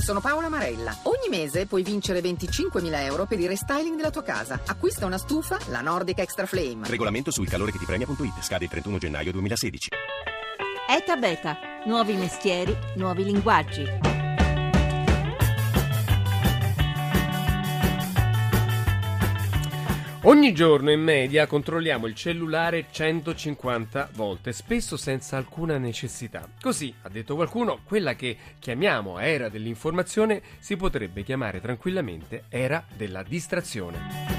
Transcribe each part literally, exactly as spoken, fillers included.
sono Paola Marella. Ogni mese puoi vincere venticinquemila euro per il restyling della tua casa. Acquista una stufa, la Nordic Extra Flame. Regolamento su il calore che ti premia punto it. Scade il trentuno gennaio duemilasedici. ETA Beta. Nuovi mestieri, nuovi linguaggi. Ogni giorno in media controlliamo il cellulare centocinquanta volte, spesso senza alcuna necessità. Così, ha detto qualcuno, quella che chiamiamo era dell'informazione si potrebbe chiamare tranquillamente era della distrazione.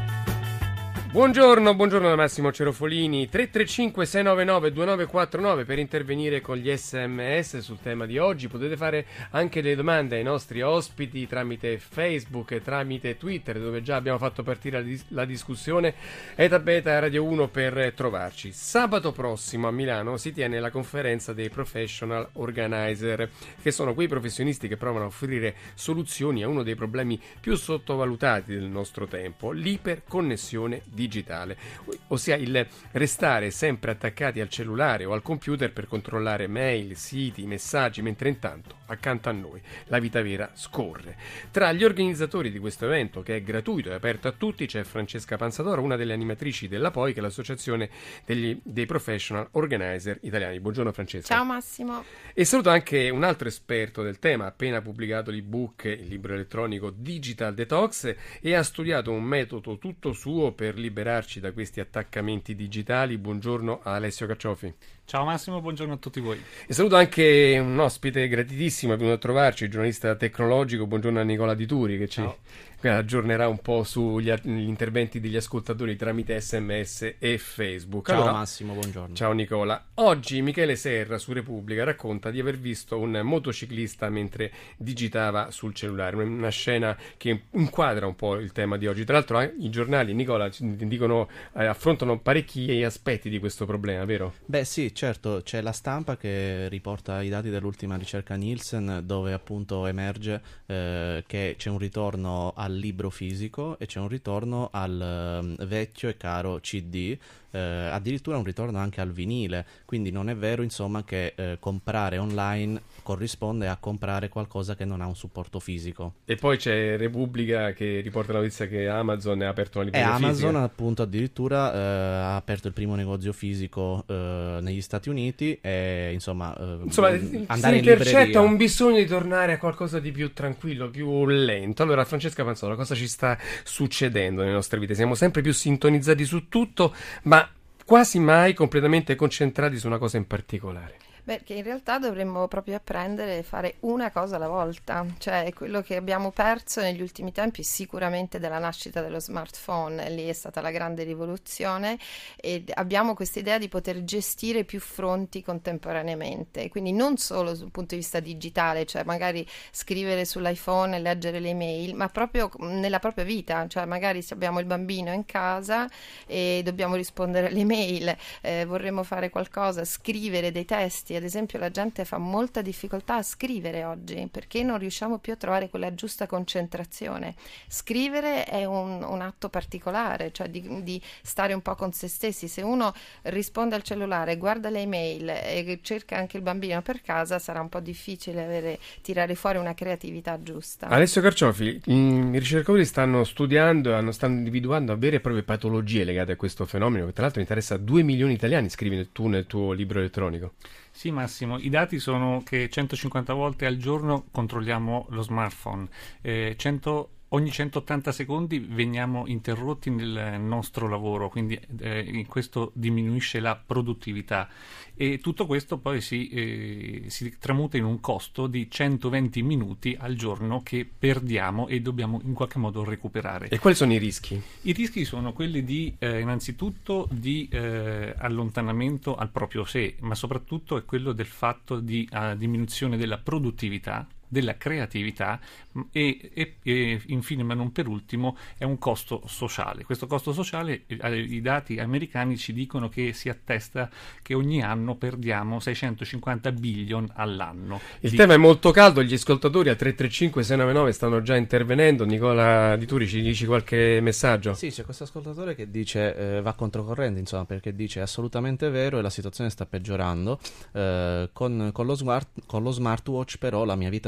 Buongiorno, buongiorno da Massimo Cerofolini. Tre tre cinque sei nove nove due nove quattro nove per intervenire con gli sms sul tema di oggi. Potete fare anche le domande ai nostri ospiti tramite Facebook e tramite Twitter, dove già abbiamo fatto partire la, dis- la discussione. ETA Beta Radio uno per trovarci. Sabato prossimo a Milano si tiene la conferenza dei Professional Organizer, che sono quei professionisti che provano a offrire soluzioni a uno dei problemi più sottovalutati del nostro tempo, l'iperconnessione digitale. digitale, ossia il restare sempre attaccati al cellulare o al computer per controllare mail, siti, messaggi, mentre intanto accanto a noi la vita vera scorre. Tra gli organizzatori di questo evento, che è gratuito e aperto a tutti, c'è Francesca Panzadoro, una delle animatrici della P O I, che è l'associazione degli, dei Professional Organizer italiani. Buongiorno Francesca. Ciao Massimo. E saluto anche un altro esperto del tema, ha appena pubblicato l'ebook, il libro elettronico Digital Detox, e ha studiato un metodo tutto suo per liberarci da questi attaccamenti digitali. Buongiorno a Alessio Carciofi. Ciao Massimo, buongiorno a tutti voi. E saluto anche un ospite gratitissimo, è venuto a trovarci, il giornalista tecnologico. Buongiorno a Nicola Di Turi, che Ciao. ci aggiornerà un po' sugli gli interventi degli ascoltatori tramite sms e Facebook. Ciao allora, Massimo, buongiorno. Ciao Nicola. Oggi Michele Serra su Repubblica racconta di aver visto un motociclista mentre digitava sul cellulare, una scena che inquadra un po' il tema di oggi. Tra l'altro i giornali, Nicola, dicono, eh, affrontano parecchi aspetti di questo problema, vero? Beh sì, certo, c'è la Stampa che riporta i dati dell'ultima ricerca Nielsen, dove appunto emerge eh, che c'è un ritorno al libro fisico e c'è un ritorno al um, vecchio e caro C D, eh, addirittura un ritorno anche al vinile, quindi non è vero insomma che eh, comprare online corrisponde a comprare qualcosa che non ha un supporto fisico. E poi c'è Repubblica che riporta la notizia che Amazon ha aperto una e libreria Amazon fisica. appunto addirittura eh, ha aperto il primo negozio fisico eh, negli Stati Uniti e insomma, eh, insomma andare si in intercetta libreria. un bisogno di tornare a qualcosa di più tranquillo, più lento. Allora Francesca Panzola, cosa ci sta succedendo nelle nostre vite? Siamo sempre più sintonizzati su tutto, ma quasi mai completamente concentrati su una cosa in particolare. Perché in realtà dovremmo proprio apprendere a fare una cosa alla volta, cioè quello che abbiamo perso negli ultimi tempi sicuramente dalla nascita dello smartphone, lì è stata la grande rivoluzione e abbiamo questa idea di poter gestire più fronti contemporaneamente, quindi non solo sul punto di vista digitale, cioè magari scrivere sull'iPhone e leggere le email, ma proprio nella propria vita, cioè magari se abbiamo il bambino in casa e dobbiamo rispondere alle email, eh, vorremmo fare qualcosa, scrivere dei testi. Ad esempio la gente fa molta difficoltà a scrivere oggi perché non riusciamo più a trovare quella giusta concentrazione. Scrivere è un, un atto particolare, cioè di, di stare un po' con se stessi. Se uno risponde al cellulare, guarda le email e cerca anche il bambino per casa, sarà un po' difficile avere, tirare fuori una creatività giusta. Alessio Carciofi, i ricercatori stanno studiando, hanno, stanno individuando vere e proprie patologie legate a questo fenomeno, che tra l'altro interessa due milioni di italiani, scrivi tu nel tuo libro elettronico. Sì Massimo, i dati sono che centocinquanta volte al giorno controlliamo lo smartphone, eh, cento ogni centottanta secondi veniamo interrotti nel nostro lavoro, quindi eh, questo diminuisce la produttività e tutto questo poi si, eh, si tramuta in un costo di centoventi minuti al giorno che perdiamo e dobbiamo in qualche modo recuperare. E quali sono i rischi? I rischi sono quelli di eh, innanzitutto di eh, allontanamento al proprio sé, ma soprattutto è quello del fatto di uh, diminuzione della produttività, della creatività e, e, e infine ma non per ultimo è un costo sociale. Questo costo sociale, eh, i dati americani ci dicono che si attesta che ogni anno perdiamo seicentocinquanta billion all'anno. Il di... tema è molto caldo, gli ascoltatori a tre tre cinque sei nove nove stanno già intervenendo. Nicola Di Turi, ci dici qualche messaggio? Sì, c'è questo ascoltatore che dice eh, va controcorrente, insomma, perché dice è assolutamente vero e la situazione sta peggiorando, eh, con, con, lo smart, con lo smartwatch però la mia vita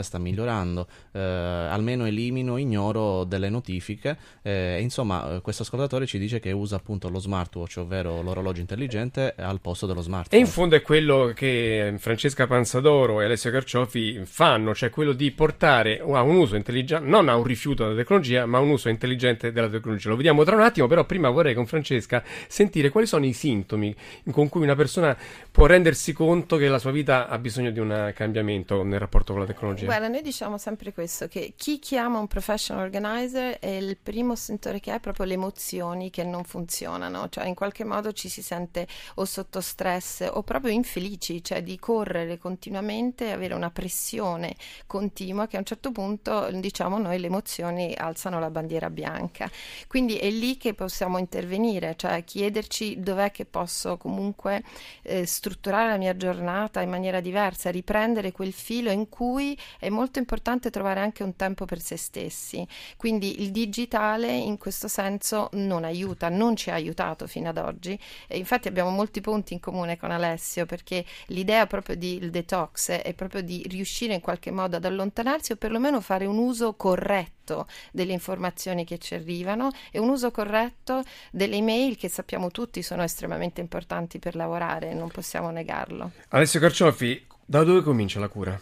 sta migliorando, eh, almeno elimino, ignoro delle notifiche, eh, insomma questo ascoltatore ci dice che usa appunto lo smartwatch, ovvero l'orologio intelligente, al posto dello smartphone. E in fondo è quello che Francesca Panzadoro e Alessio Carciofi fanno, cioè quello di portare a un uso intelligente, non a un rifiuto della tecnologia, ma a un uso intelligente della tecnologia. Lo vediamo tra un attimo, però prima vorrei con Francesca sentire quali sono i sintomi con cui una persona può rendersi conto che la sua vita ha bisogno di un cambiamento nel rapporto con la tecnologia. Guarda, noi diciamo sempre questo, che chi chiama un professional organizer è il primo sentore che ha proprio le emozioni che non funzionano, cioè in qualche modo ci si sente o sotto stress o proprio infelici, cioè di correre continuamente, avere una pressione continua che a un certo punto, diciamo noi, le emozioni alzano la bandiera bianca. Quindi è lì che possiamo intervenire, cioè chiederci dov'è che posso comunque eh, strutturare la mia giornata in maniera diversa, riprendere quel filo in cui è molto importante trovare anche un tempo per se stessi. Quindi il digitale in questo senso non aiuta, non ci ha aiutato fino ad oggi, e infatti abbiamo molti punti in comune con Alessio, perché l'idea proprio del detox è proprio di riuscire in qualche modo ad allontanarsi o perlomeno fare un uso corretto delle informazioni che ci arrivano e un uso corretto delle email, che sappiamo tutti sono estremamente importanti per lavorare, non possiamo negarlo. Alessio Carciofi, da dove comincia la cura?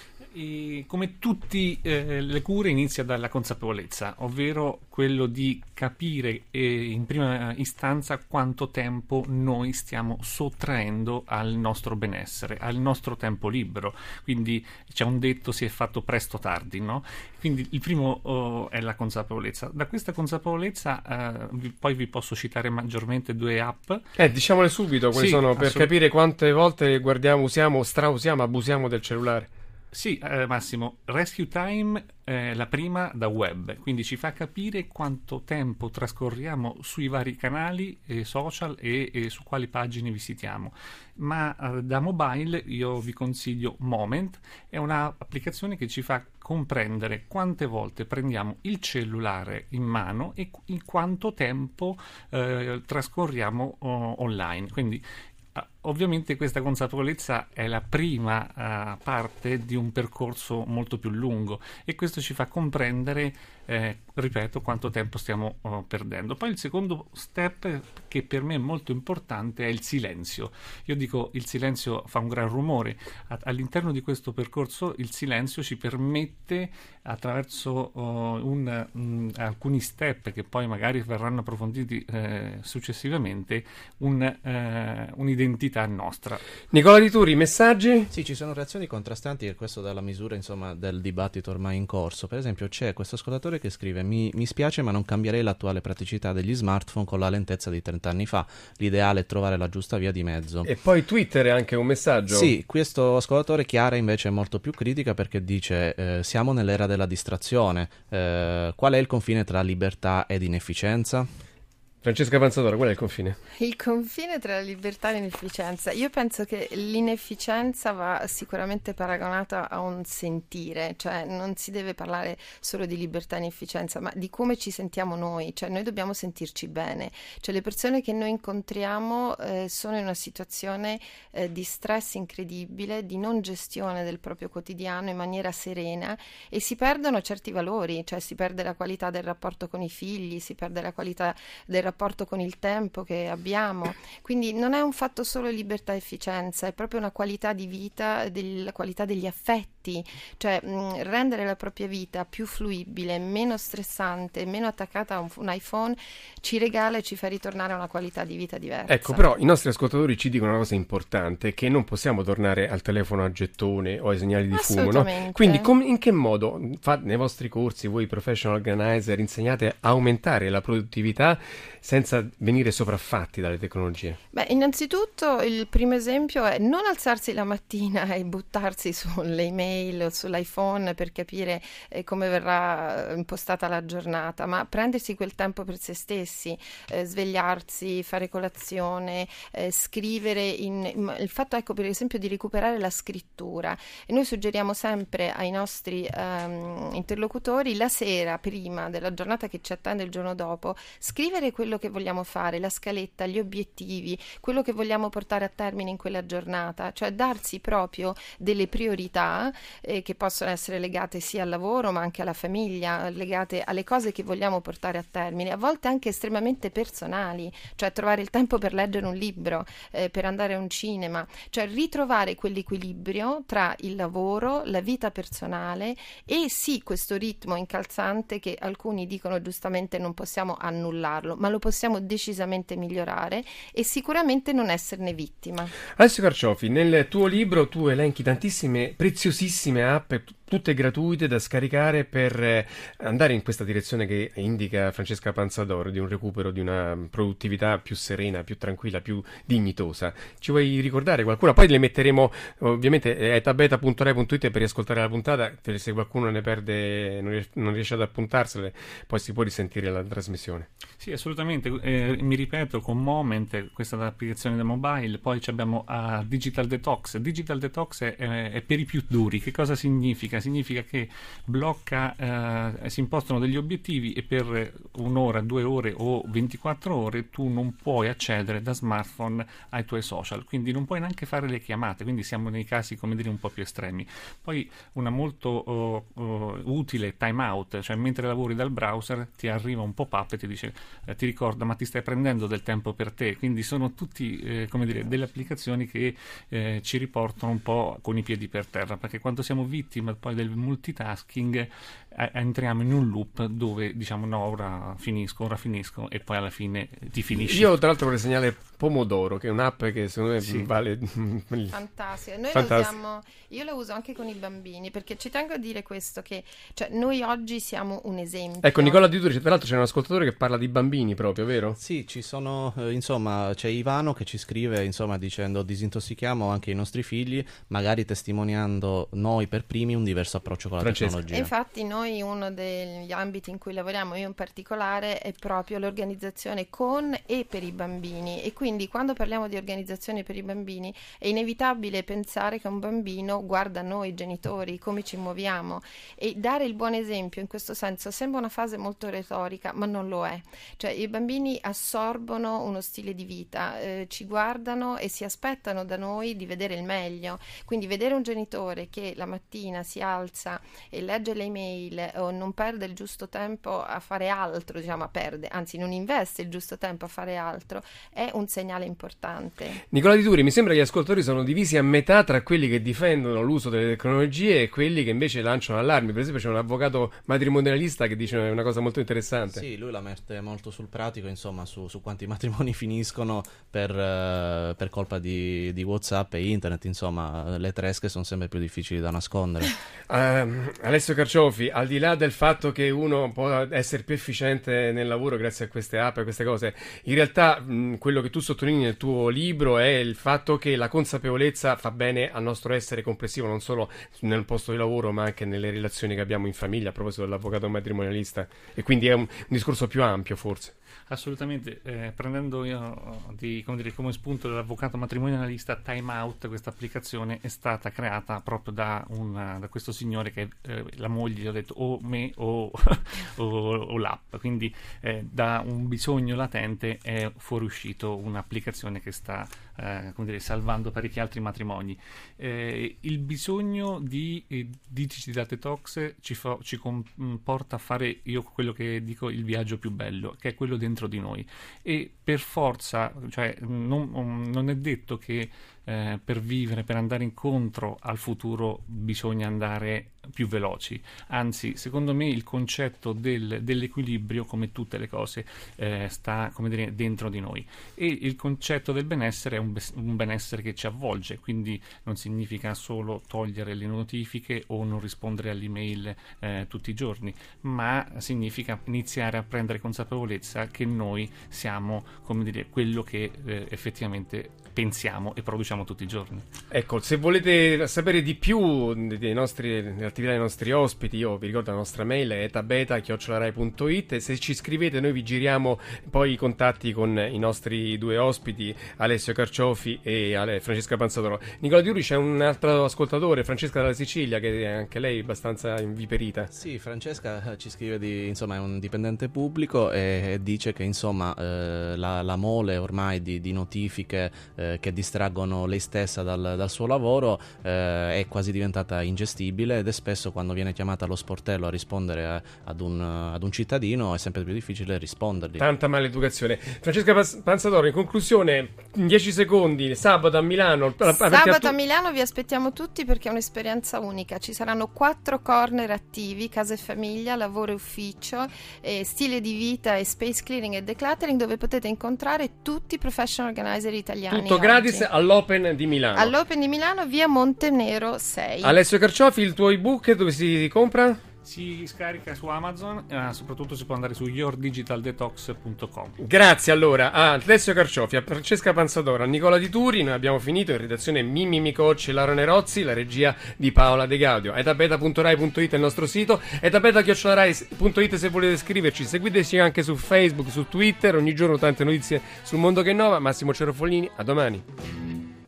E come tutte eh, le cure inizia dalla consapevolezza, ovvero quello di capire eh, in prima istanza quanto tempo noi stiamo sottraendo al nostro benessere, al nostro tempo libero. Quindi c'è un detto: si è fatto presto tardi, no? Quindi il primo oh, è la consapevolezza. Da questa consapevolezza eh, vi, poi vi posso citare maggiormente due app. Eh, diciamole subito quali sì, sono, per assolut- capire quante volte guardiamo, usiamo, strausiamo, abusiamo del cellulare. Sì, eh, Massimo, Rescue Time è la prima da web, quindi ci fa capire quanto tempo trascorriamo sui vari canali eh, social e, e su quali pagine visitiamo. Ma eh, da mobile io vi consiglio Moment, è un'applicazione che ci fa comprendere quante volte prendiamo il cellulare in mano e in quanto tempo eh, trascorriamo oh, online. Quindi ovviamente questa consapevolezza è la prima uh, parte di un percorso molto più lungo, e questo ci fa comprendere, eh, ripeto, quanto tempo stiamo uh, perdendo. Poi il secondo step, che per me è molto importante, è il silenzio. Io dico il silenzio fa un gran rumore. A- all'interno di questo percorso il silenzio ci permette, attraverso uh, un, um, alcuni step che poi magari verranno approfonditi eh, successivamente, un, eh, un'identità nostra. Nicola Di Turi, messaggi? Sì, ci sono reazioni contrastanti, e questo dalla misura, insomma, del dibattito ormai in corso. Per esempio c'è questo ascoltatore che scrive: mi, mi spiace ma non cambierei l'attuale praticità degli smartphone con la lentezza di trenta anni fa, l'ideale è trovare la giusta via di mezzo. E poi Twitter è anche un messaggio. Sì, questo ascoltatore Chiara invece è molto più critica, perché dice eh, siamo nell'era della distrazione, eh, qual è il confine tra libertà ed inefficienza? Francesca Panzadoro, qual è il confine? Il confine tra la libertà e l'inefficienza. Io penso che l'inefficienza va sicuramente paragonata a un sentire, cioè non si deve parlare solo di libertà e inefficienza, ma di come ci sentiamo noi, cioè noi dobbiamo sentirci bene, cioè le persone che noi incontriamo eh, sono in una situazione eh, di stress incredibile, di non gestione del proprio quotidiano in maniera serena, e si perdono certi valori, cioè si perde la qualità del rapporto con i figli, si perde la qualità del rapporto con il tempo che abbiamo. Quindi non è un fatto solo libertà e efficienza, è proprio una qualità di vita, la qualità degli affetti, cioè mh, rendere la propria vita più fluibile, meno stressante, meno attaccata a un, un iPhone, ci regala e ci fa ritornare a una qualità di vita diversa. Ecco, però i nostri ascoltatori ci dicono una cosa importante, che non possiamo tornare al telefono a gettone o ai segnali di fumo, no? Quindi com- in che modo fa, nei vostri corsi voi professional organizer insegnate a aumentare la produttività senza venire sopraffatti dalle tecnologie? Beh, innanzitutto il primo esempio è non alzarsi la mattina e buttarsi sulle email o sull'iPhone per capire eh, come verrà impostata la giornata, ma prendersi quel tempo per se stessi, eh, svegliarsi, fare colazione, eh, scrivere in, in, il fatto, ecco, per esempio, di recuperare la scrittura. E noi suggeriamo sempre ai nostri ehm, interlocutori la sera prima della giornata che ci attende il giorno dopo, scrivere quello quello che vogliamo fare, la scaletta, gli obiettivi, quello che vogliamo portare a termine in quella giornata, cioè darsi proprio delle priorità eh, che possono essere legate sia al lavoro ma anche alla famiglia, legate alle cose che vogliamo portare a termine, a volte anche estremamente personali, cioè trovare il tempo per leggere un libro, eh, per andare a un cinema, cioè ritrovare quell'equilibrio tra il lavoro, la vita personale e sì questo ritmo incalzante che alcuni dicono giustamente non possiamo annullarlo, ma lo possiamo decisamente migliorare e sicuramente non esserne vittima. Alessio Carciofi, nel tuo libro tu elenchi tantissime preziosissime app, tutte gratuite da scaricare per andare in questa direzione che indica Francesca Panzadoro, di un recupero di una produttività più serena, più tranquilla, più dignitosa. Ci vuoi ricordare qualcuna? Poi le metteremo ovviamente a etabeta punto rai punto it per riascoltare la puntata, se qualcuno ne perde, non riesce ad appuntarsele, poi si può risentire la trasmissione. Sì, assolutamente. Eh, mi ripeto, con Moment, questa è l'applicazione da mobile, poi abbiamo a Digital Detox. Digital Detox è, è per i più duri. Che cosa significa? Significa che blocca, eh, si impostano degli obiettivi e per un'ora, due ore o ventiquattro ore tu non puoi accedere da smartphone ai tuoi social, quindi non puoi neanche fare le chiamate, quindi siamo nei casi, come dire, un po' più estremi. Poi una molto oh, oh, utile time out, cioè mentre lavori dal browser ti arriva un pop-up e ti dice, eh, ti ricorda ma ti stai prendendo del tempo per te, quindi sono tutti eh, come dire delle applicazioni che eh, ci riportano un po' con i piedi per terra, perché quando siamo vittime poi del multitasking eh, entriamo in un loop dove diciamo no, ora finisco, ora finisco e poi alla fine ti finisci. Io tra l'altro vorrei segnalare Pomodoro, che è un'app che secondo me sì. vale fantastica. Noi Fantastica. la usiamo, io la uso anche con i bambini, perché ci tengo a dire questo, che cioè, noi oggi siamo un esempio. Ecco, Nicola Di Turi, tra l'altro c'è un ascoltatore che parla di bambini proprio, vero? Sì, ci sono, eh, insomma, c'è Ivano che ci scrive, insomma, dicendo disintossichiamo anche i nostri figli, magari testimoniando noi per primi un diverso approccio con la Francesca. tecnologia. E infatti noi uno degli ambiti in cui lavoriamo, io in particolare, è proprio l'organizzazione con e per i bambini, e quindi quando parliamo di organizzazione per i bambini è inevitabile pensare che un bambino guarda noi genitori, come ci muoviamo, e dare il buon esempio in questo senso sembra una fase molto retorica, ma non lo è. Cioè i bambini assorbono uno stile di vita, eh, ci guardano e si aspettano da noi di vedere il meglio, quindi vedere un genitore che la mattina si alza e legge le email o non perde il giusto tempo a fare altro, diciamo perde, anzi non investe il giusto tempo a fare altro, è un segnale importante. Nicola Di Turi, mi sembra che gli ascoltatori sono divisi a metà tra quelli che difendono l'uso delle tecnologie e quelli che invece lanciano allarmi. Per esempio c'è un avvocato matrimonialista che dice una cosa molto interessante. Sì, lui la mette molto sul pratico, insomma, su, su quanti matrimoni finiscono per, uh, per colpa di, di WhatsApp e internet, insomma, le tresche sono sempre più difficili da nascondere. Uh, Alessio Carciofi, al di là del fatto che uno può essere più efficiente nel lavoro grazie a queste app e queste cose, in realtà mh, quello che tu sottolinei nel tuo libro è il fatto che la consapevolezza fa bene al nostro essere complessivo, non solo nel posto di lavoro ma anche nelle relazioni che abbiamo in famiglia, a proposito dell'avvocato matrimonialista, e quindi è un, un discorso più ampio forse. Assolutamente, eh, prendendo io di, come, dire, come spunto dell'avvocato matrimonialista, Time Out, questa applicazione è stata creata proprio da, una, da questo signore che eh, la moglie gli ha detto o me o, o, o l'app, quindi eh, da un bisogno latente è fuoriuscito un'applicazione che sta eh, come dire, salvando parecchi altri matrimoni. Eh, il bisogno di eh, Digital Detox ci, fa, ci comporta a fare, io quello che dico, il viaggio più bello, che è quello dentro di noi, e per forza, cioè non, non è detto che eh, per vivere, per andare incontro al futuro bisogna andare più veloci, anzi secondo me il concetto del, dell'equilibrio, come tutte le cose, eh, sta come dire dentro di noi, e il concetto del benessere è un, un benessere che ci avvolge, quindi non significa solo togliere le notifiche o non rispondere alle email eh, tutti i giorni, ma significa iniziare a prendere consapevolezza che noi siamo, come dire, quello che eh, effettivamente pensiamo e produciamo tutti i giorni. Ecco, se volete sapere di più dei nostri, delle attività dei nostri ospiti, io vi ricordo la nostra mail è etabeta chiocciola rai punto it, e se ci scrivete noi vi giriamo poi i contatti con i nostri due ospiti, Alessio Carciofi e Ale, Francesca Panzadoro. Nicola Diuri, c'è un altro ascoltatore, Francesca dalla Sicilia, che è anche lei abbastanza inviperita. Sì, Francesca ci scrive di, insomma, è un dipendente pubblico e, e dice che insomma eh, la, la mole ormai di, di notifiche eh, che distraggono lei stessa dal, dal suo lavoro eh, è quasi diventata ingestibile, ed è spesso, quando viene chiamata allo sportello a rispondere a, ad, un, ad un cittadino, è sempre più difficile rispondergli. Tanta maleducazione. Francesca Panzadoro, in conclusione, in dieci secondi, sabato a Milano. Sabato a Milano vi aspettiamo tutti, perché è un'esperienza unica. Ci saranno quattro corner attivi: casa e famiglia, lavoro e ufficio, eh, stile di vita e space clearing e decluttering, dove potete incontrare tutti i professional organizer italiani. Tutto gratis oggi all'Open di Milano. All'Open di Milano, via Montenero sei. Alessio Carciofi, il tuo ebook dove si compra? Si scarica su Amazon, eh, soprattutto si può andare su your digital detox punto com. Grazie allora a Alessio Carciofi, a Francesca Panzadoro, a Nicola Di Turi. Noi abbiamo finito. In redazione Mimmi Micocci e Laura Nerozzi, la regia di Paola De Gaudio. etabeta punto rai punto it è il nostro sito, etabeta chiocciola rai punto it se volete scriverci. Seguiteci anche su Facebook, su Twitter, ogni giorno tante notizie sul mondo che innova. Massimo Cerofolini, a domani.